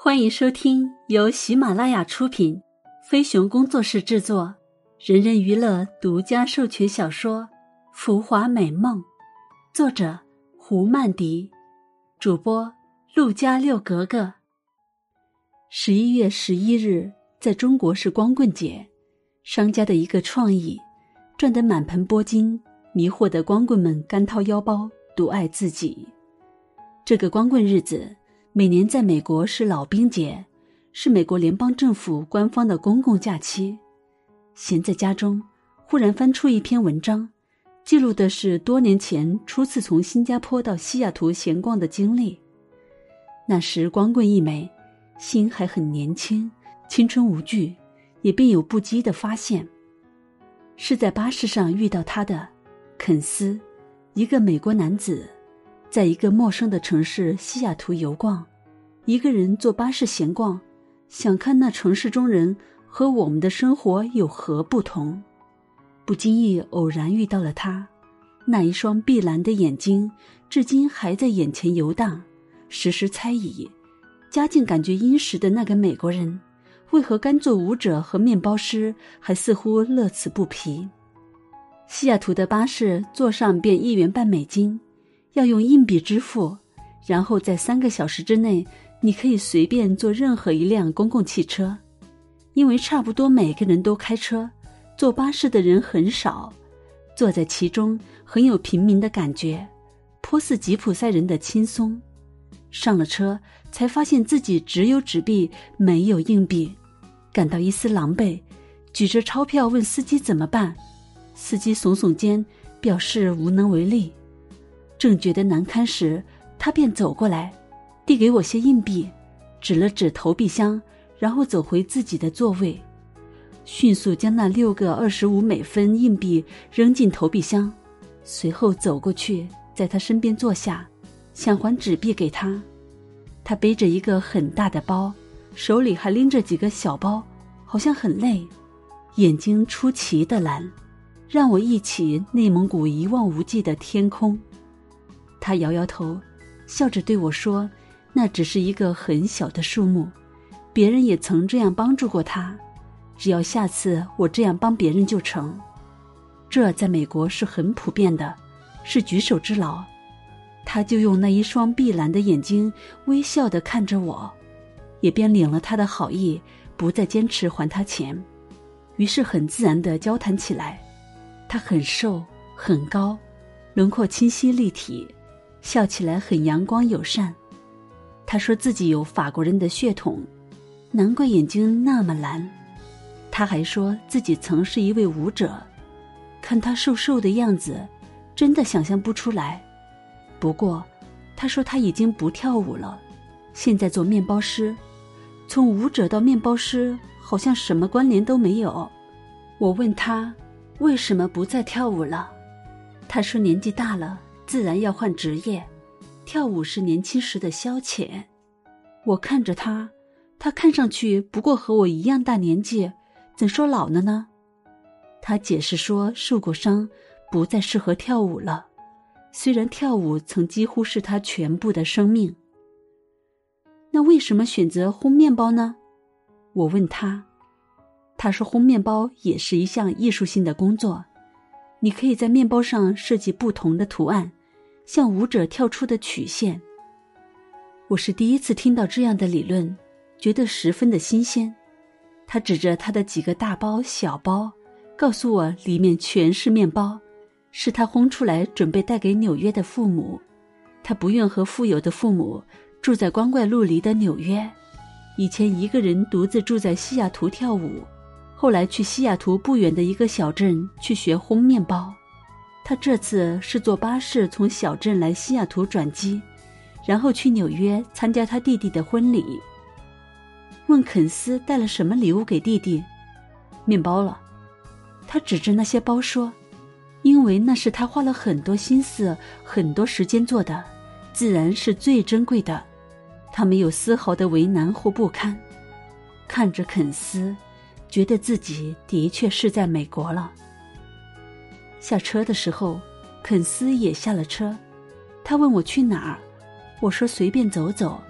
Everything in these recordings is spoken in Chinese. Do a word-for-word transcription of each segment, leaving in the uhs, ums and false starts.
欢迎收听由喜马拉雅出品，飞熊工作室制作，人人娱乐独家授权小说《浮华美梦》，作者胡曼迪，主播陆家六格格。十一月十一日，在中国是光棍节，商家的一个创意，赚得满盆钵金，迷惑的光棍们干掏腰包，独爱自己。这个光棍日子每年在美国是老兵节，是美国联邦政府官方的公共假期。闲在家中，忽然翻出一篇文章，记录的是多年前初次从新加坡到西雅图闲逛的经历。那时光棍一枚，心还很年轻，青春无惧，也便有不羁的发现。是在巴士上遇到他的肯斯，一个美国男子，在一个陌生的城市西雅图游逛，一个人坐巴士闲逛，想看那城市中人和我们的生活有何不同。不经意偶然遇到了他，那一双碧蓝的眼睛至今还在眼前游荡，时时猜疑，家境感觉殷实的那个美国人，为何甘做舞者和面包师，还似乎乐此不疲。西雅图的巴士坐上便一元半美金，要用硬币支付，然后在三个小时之内，你可以随便坐任何一辆公共汽车。因为差不多每个人都开车，坐巴士的人很少，坐在其中很有平民的感觉，颇似吉普赛人的轻松。上了车才发现自己只有纸币，没有硬币，感到一丝狼狈，举着钞票问司机怎么办。司机耸耸肩，表示无能为力。正觉得难堪时，他便走过来，递给我些硬币，指了指投币箱，然后走回自己的座位，迅速将那六个二十五美分硬币扔进投币箱，随后走过去，在他身边坐下，想还纸币给他。他背着一个很大的包，手里还拎着几个小包，好像很累，眼睛出奇的蓝，让我忆起内蒙古一望无际的天空。他摇摇头，笑着对我说，那只是一个很小的数目，别人也曾这样帮助过他，只要下次我这样帮别人就成。这在美国是很普遍的，是举手之劳。他就用那一双碧蓝的眼睛微笑地看着我，也便领了他的好意，不再坚持还他钱，于是很自然地交谈起来。他很瘦很高，轮廓清晰立体，笑起来很阳光友善。他说自己有法国人的血统，难怪眼睛那么蓝。他还说自己曾是一位舞者，看他瘦瘦的样子，真的想象不出来。不过他说他已经不跳舞了，现在做面包师。从舞者到面包师好像什么关联都没有。我问他为什么不再跳舞了，他说年纪大了，自然要换职业，跳舞是年轻时的消遣。我看着他，他看上去不过和我一样大年纪，怎说老了呢？他解释说受过伤，不再适合跳舞了，虽然跳舞曾几乎是他全部的生命。那为什么选择烘面包呢？我问他，他说烘面包也是一项艺术性的工作，你可以在面包上设计不同的图案，像舞者跳出的曲线。我是第一次听到这样的理论，觉得十分的新鲜。他指着他的几个大包小包，告诉我里面全是面包，是他烘出来准备带给纽约的父母。他不愿和富有的父母住在光怪陆离的纽约，以前一个人独自住在西雅图跳舞，后来去西雅图不远的一个小镇去学烘面包。他这次是坐巴士从小镇来西雅图转机，然后去纽约参加他弟弟的婚礼。问肯斯带了什么礼物给弟弟，面包了。他指着那些包说，因为那是他花了很多心思很多时间做的，自然是最珍贵的。他没有丝毫的为难或不堪。看着肯斯，觉得自己的确是在美国了。下车的时候，肯斯也下了车，他问我去哪儿，我说随便走走。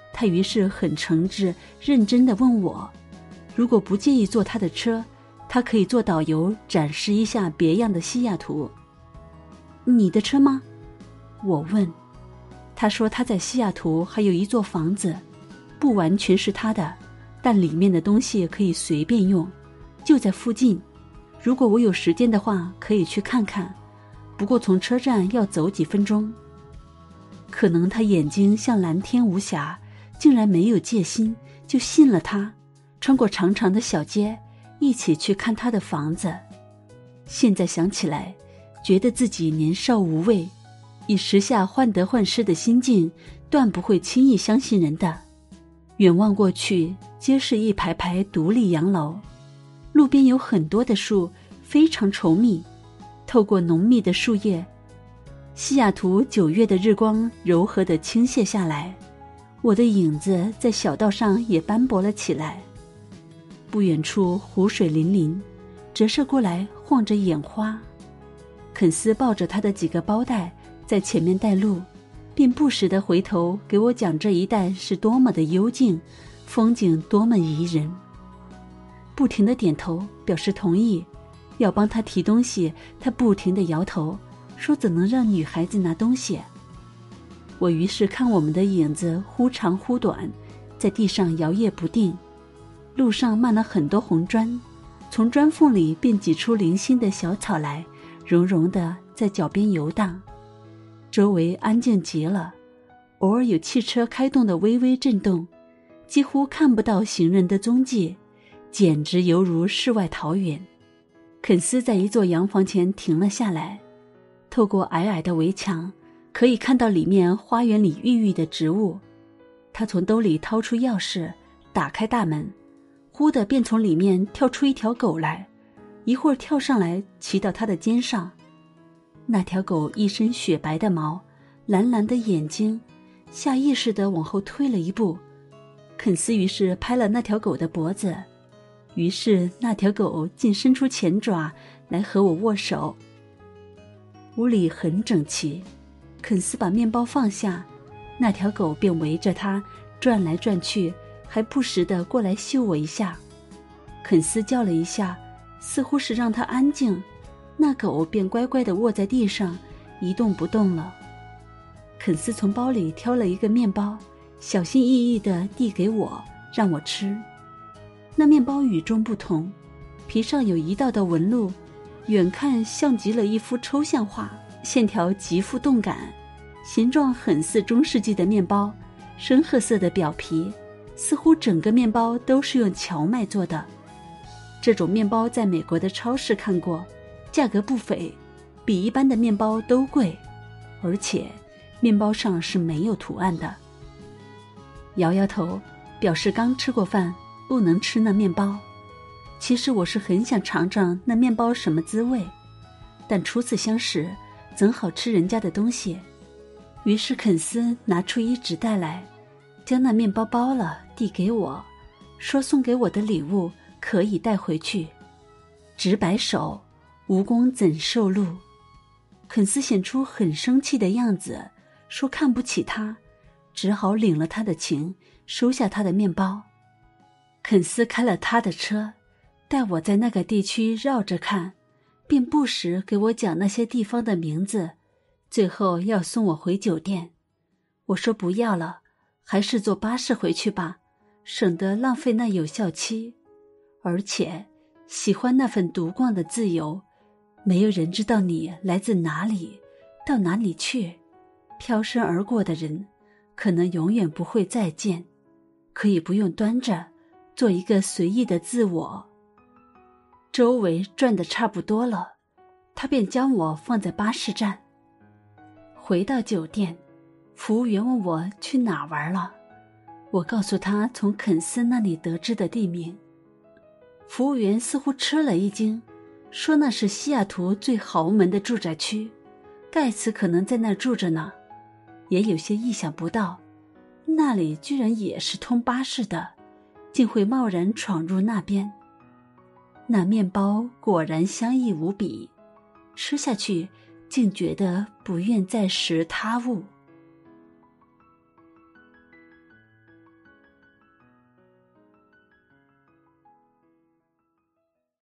他于是很诚挚认真地问我，如果不介意坐他的车，他可以做导游展示一下别样的西雅图。你的车吗？我问。他说他在西雅图还有一座房子，不完全是他的，但里面的东西可以随便用，就在附近。如果我有时间的话，可以去看看，不过从车站要走几分钟。可能他眼睛像蓝天无瑕，竟然没有戒心，就信了他，穿过长长的小街，一起去看他的房子。现在想起来，觉得自己年少无畏，以时下患得患失的心境，断不会轻易相信人的。远望过去，皆是一排排独立洋楼，路边有很多的树，非常稠密，透过浓密的树叶，西雅图九月的日光柔和地倾泻下来，我的影子在小道上也斑驳了起来。不远处湖水粼粼，折射过来晃着眼花。肯斯抱着他的几个包袋在前面带路，并不时地回头给我讲这一带是多么的幽静，风景多么宜人。不停地点头表示同意，要帮他提东西，他不停地摇头，说怎能让女孩子拿东西。我于是看我们的影子忽长忽短，在地上摇曳不定。路上漫了很多红砖，从砖缝里便挤出零星的小草来，绒绒的在脚边游荡。周围安静极了，偶尔有汽车开动的微微震动，几乎看不到行人的踪迹，简直犹如世外桃源。肯斯在一座洋房前停了下来，透过矮矮的围墙，可以看到里面花园里郁郁的植物。他从兜里掏出钥匙，打开大门，忽地便从里面跳出一条狗来，一会儿跳上来骑到他的肩上。那条狗一身雪白的毛，蓝蓝的眼睛，下意识地往后退了一步。肯斯于是拍了那条狗的脖子，于是那条狗竟伸出前爪来和我握手。屋里很整齐，肯斯把面包放下，那条狗便围着它转来转去，还不时地过来嗅我一下。肯斯叫了一下，似乎是让它安静，那狗便乖乖地卧在地上，一动不动了。肯斯从包里挑了一个面包，小心翼翼地递给我，让我吃。那面包与众不同，皮上有一道道纹路，远看像极了一幅抽象画，线条极富动感，形状很似中世纪的面包，深褐色的表皮，似乎整个面包都是用荞麦做的。这种面包在美国的超市看过，价格不菲，比一般的面包都贵，而且面包上是没有图案的。摇摇头，表示刚吃过饭，不能吃那面包。其实我是很想尝尝那面包什么滋味，但初次相识，怎好吃人家的东西。于是肯斯拿出一纸袋来，将那面包包了递给我，说送给我的礼物可以带回去。直摆手，无功怎受禄。肯斯显出很生气的样子，说看不起他，只好领了他的情，收下他的面包。肯斯开了他的车，带我在那个地区绕着看，并不时给我讲那些地方的名字，最后要送我回酒店。我说不要了，还是坐巴士回去吧，省得浪费那有效期。而且喜欢那份独逛的自由，没有人知道你来自哪里，到哪里去。飘身而过的人，可能永远不会再见，可以不用端着，做一个随意的自我。周围转得差不多了，他便将我放在巴士站。回到酒店，服务员问我去哪玩了，我告诉他从肯斯那里得知的地名。服务员似乎吃了一惊，说那是西雅图最豪门的住宅区，盖茨可能在那儿住着呢。也有些意想不到，那里居然也是通巴士的，竟会贸然闯入那边。那面包果然香溢无比，吃下去竟觉得不愿再食他物。